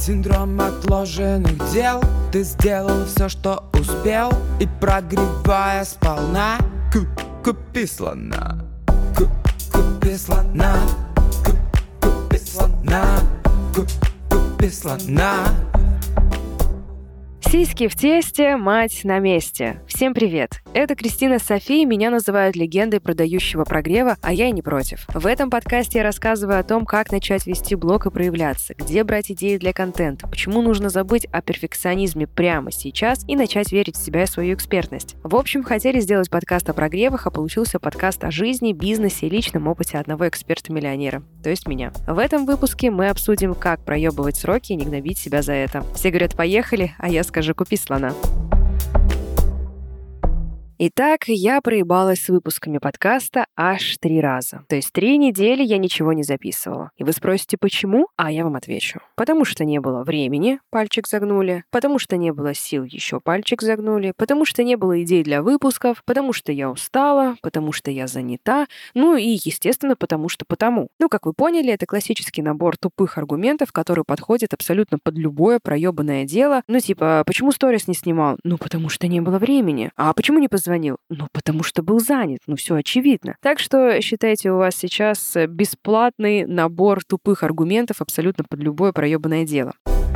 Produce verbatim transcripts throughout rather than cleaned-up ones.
Синдром отложенных дел. Ты сделал все, что успел, и прогревая сполна Купи слона, купи слона, купи слона, купи слона. Сиськи в тесте, мать на месте. Всем привет! Это Кристина Софи, меня называют легендой продающего прогрева, а я и не против. В этом подкасте я рассказываю о том, как начать вести блог и проявляться, где брать идеи для контента, почему нужно забыть о перфекционизме прямо сейчас и начать верить в себя и свою экспертность. В общем, хотели сделать подкаст о прогревах, а получился подкаст о жизни, бизнесе и личном опыте одного эксперта-миллионера, то есть меня. В этом выпуске мы обсудим, как проебывать сроки и не гнобить себя за это. Все говорят «поехали», а я скажу «купи слона». Итак, я проебалась с выпусками подкаста аж три раза. То есть три недели я ничего не записывала. И вы спросите, почему? А я вам отвечу. Потому что не было времени, пальчик загнули. Потому что не было сил, еще пальчик загнули. Потому что не было идей для выпусков. Потому что я устала. Потому что я занята. Ну и, естественно, потому что потому. Ну, как вы поняли, это классический набор тупых аргументов, который подходит абсолютно под любое проебанное дело. Ну, типа, почему сторис не снимал? Ну, потому что не было времени. А почему не позвонил? Звонил? Ну, потому что был занят. Ну, все очевидно. Так что считайте, у вас сейчас бесплатный набор тупых аргументов абсолютно под любое проебанное дело.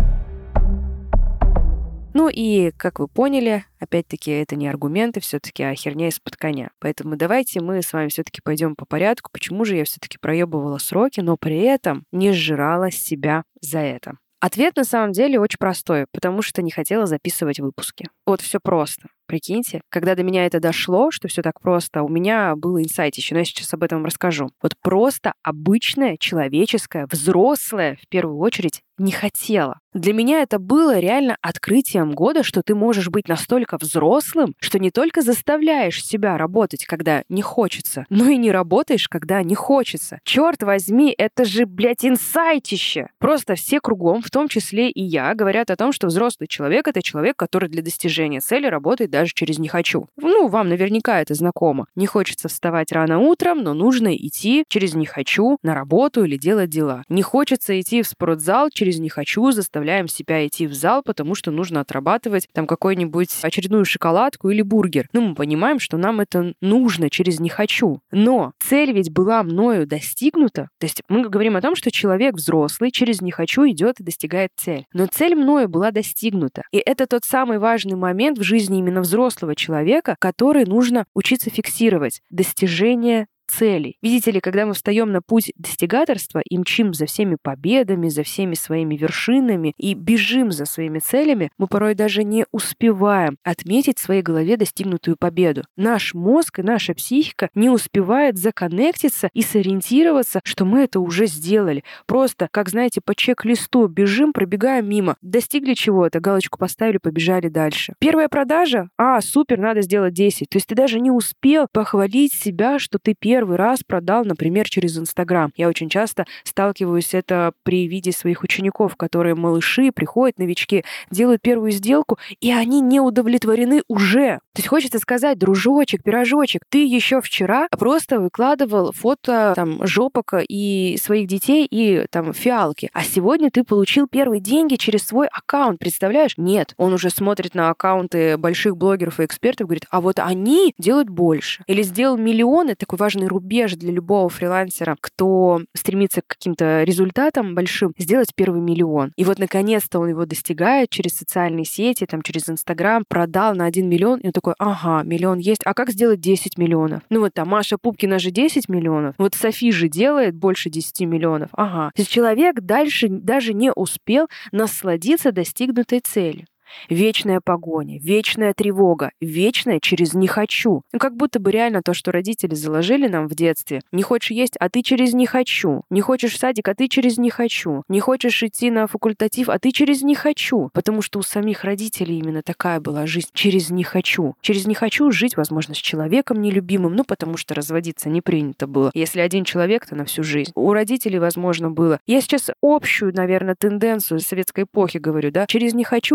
Ну и, как вы поняли, опять-таки, это не аргументы, все-таки, а херня из-под коня. Поэтому давайте мы с вами все-таки пойдем по порядку. Почему же я все-таки проебывала сроки, но при этом не сжирала себя за это? Ответ на самом деле очень простой, потому что не хотела записывать выпуски. Вот все просто. Прикиньте, когда до меня это дошло, что все так просто, у меня был инсайтище, но я сейчас об этом вам расскажу. Вот просто обычная, человеческая, взрослая, в первую очередь, не хотела. Для меня это было реально открытием года, что ты можешь быть настолько взрослым, что не только заставляешь себя работать, когда не хочется, но и не работаешь, когда не хочется. Черт возьми, это же, блядь, инсайтище! Просто все кругом, в том числе и я, говорят о том, что взрослый человек — это человек, который для достижения цели работает даже через «не хочу». Ну, вам наверняка это знакомо. Не хочется вставать рано утром, но нужно идти через «не хочу» на работу или делать дела. Не хочется идти в спортзал, через «не хочу» заставляем себя идти в зал, потому что нужно отрабатывать там какую-нибудь очередную шоколадку или бургер. Ну, мы понимаем, что нам это нужно через «не хочу». Но цель ведь была мною достигнута. То есть мы говорим о том, что человек взрослый через «не хочу» идет и достигает цель. Но цель мною была достигнута. И это тот самый важный момент в жизни именно взрослого человека, который нужно учиться фиксировать. Достижение целей. Видите ли, когда мы встаем на путь достигаторства и мчим за всеми победами, за всеми своими вершинами и бежим за своими целями, мы порой даже не успеваем отметить в своей голове достигнутую победу. Наш мозг и наша психика не успевает законнектиться и сориентироваться, что мы это уже сделали. Просто, как знаете, по чек-листу бежим, пробегаем мимо, достигли чего-то, галочку поставили, побежали дальше. Первая продажа? А, супер, надо сделать десять. То есть ты даже не успел похвалить себя, что ты первый первый раз продал, например, через Инстаграм. Я очень часто сталкиваюсь это при виде своих учеников, которые малыши, приходят новички, делают первую сделку, и они не удовлетворены уже. То есть хочется сказать, дружочек, пирожочек, ты еще вчера просто выкладывал фото там жопок и своих детей и там фиалки, а сегодня ты получил первые деньги через свой аккаунт, представляешь? Нет, он уже смотрит на аккаунты больших блогеров и экспертов, говорит, а вот они делают больше. Или сделал миллионы, такой важный рубеж для любого фрилансера, кто стремится к каким-то результатам большим, сделать первый миллион. И вот наконец-то он его достигает через социальные сети, там через Инстаграм, продал на один миллион, и он такой, ага, миллион есть, а как сделать десять миллионов? Ну вот там Маша Пупкина же десять миллионов, вот Софи же делает больше десяти миллионов, ага. То есть человек дальше даже не успел насладиться достигнутой целью. Вечная погоня, вечная тревога, вечная через «не хочу». Ну, как будто бы реально то, что родители заложили нам в детстве. Не хочешь есть, а ты через «не хочу». Не хочешь в садик, а ты через «не хочу». Не хочешь идти на факультатив, а ты через «не хочу». Потому что у самих родителей именно такая была жизнь. Через «не хочу». Через «не хочу» жить, возможно, с человеком нелюбимым, ну, потому что разводиться не принято было. Если один человек, то на всю жизнь. У родителей, возможно, было. Я сейчас общую, наверное, тенденцию советской эпохи говорю, да, через «не хочу» ходить на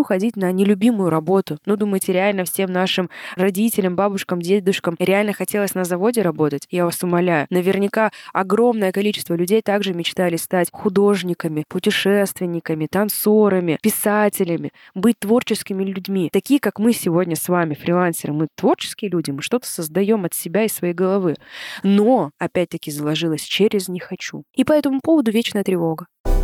на нелюбимую работу. Ну, думаете, реально всем нашим родителям, бабушкам, дедушкам реально хотелось на заводе работать? Я вас умоляю. Наверняка огромное количество людей также мечтали стать художниками, путешественниками, танцорами, писателями, быть творческими людьми. Такие, как мы сегодня с вами, фрилансеры. Мы творческие люди, мы что-то создаем от себя и своей головы. Но, опять-таки, заложилось через «не хочу». И по этому поводу вечная тревога.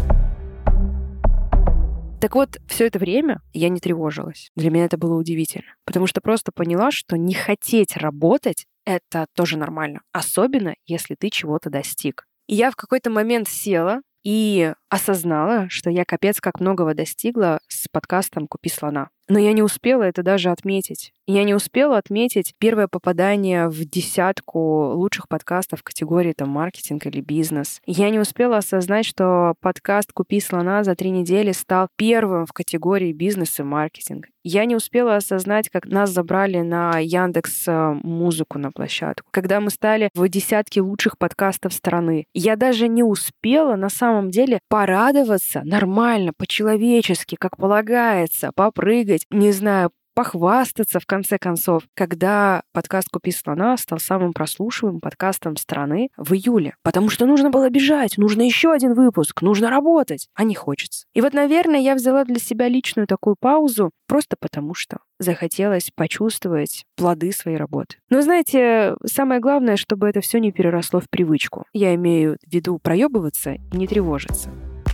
Так вот, все это время я не тревожилась. Для меня это было удивительно. Потому что просто поняла, что не хотеть работать — это тоже нормально. Особенно, если ты чего-то достиг. И я в какой-то момент села и осознала, что я капец как многого достигла с подкастом «Купи слона». Но я не успела это даже отметить. Я не успела отметить первое попадание в десятку лучших подкастов в категории там, маркетинг или бизнес. Я не успела осознать, что подкаст «Купи слона» за три недели стал первым в категории бизнес и маркетинг. Я не успела осознать, как нас забрали на Яндекс.Музыку на площадку, когда мы стали в десятке лучших подкастов страны. Я даже не успела на самом деле порадоваться нормально, по-человечески, как полагается, попрыгать, не знаю, похвастаться, в конце концов, когда подкаст «Купи слона» стал самым прослушиваемым подкастом страны в июле. Потому что нужно было бежать, нужно еще один выпуск, нужно работать, а не хочется. И вот, наверное, я взяла для себя личную такую паузу просто потому, что захотелось почувствовать плоды своей работы. Но, знаете, самое главное, чтобы это все не переросло в привычку. Я имею в виду проебываться и не тревожиться.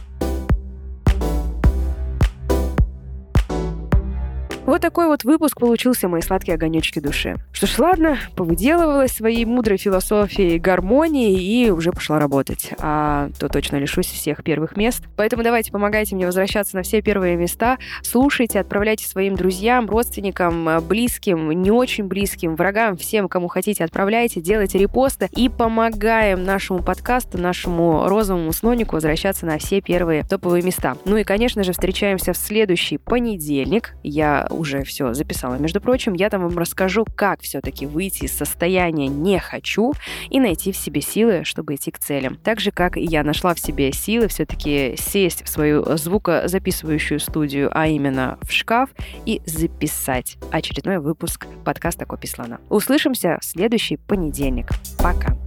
Вот такой вот выпуск получился, мои сладкие огонечки души. Что ж, ладно, повыделывалась своей мудрой философией гармонии и уже пошла работать. А то точно лишусь всех первых мест. Поэтому давайте помогайте мне возвращаться на все первые места. Слушайте, отправляйте своим друзьям, родственникам, близким, не очень близким, врагам, всем, кому хотите, отправляйте, делайте репосты и помогаем нашему подкасту, нашему розовому слонику возвращаться на все первые топовые места. Ну и, конечно же, встречаемся в следующий понедельник. Я уже все записала. Между прочим, я там вам расскажу, как все-таки выйти из состояния «не хочу» и найти в себе силы, чтобы идти к целям. Так же, как и я нашла в себе силы все-таки сесть в свою звукозаписывающую студию, а именно в шкаф, и записать очередной выпуск подкаста «Купи слона». Услышимся в следующий понедельник. Пока!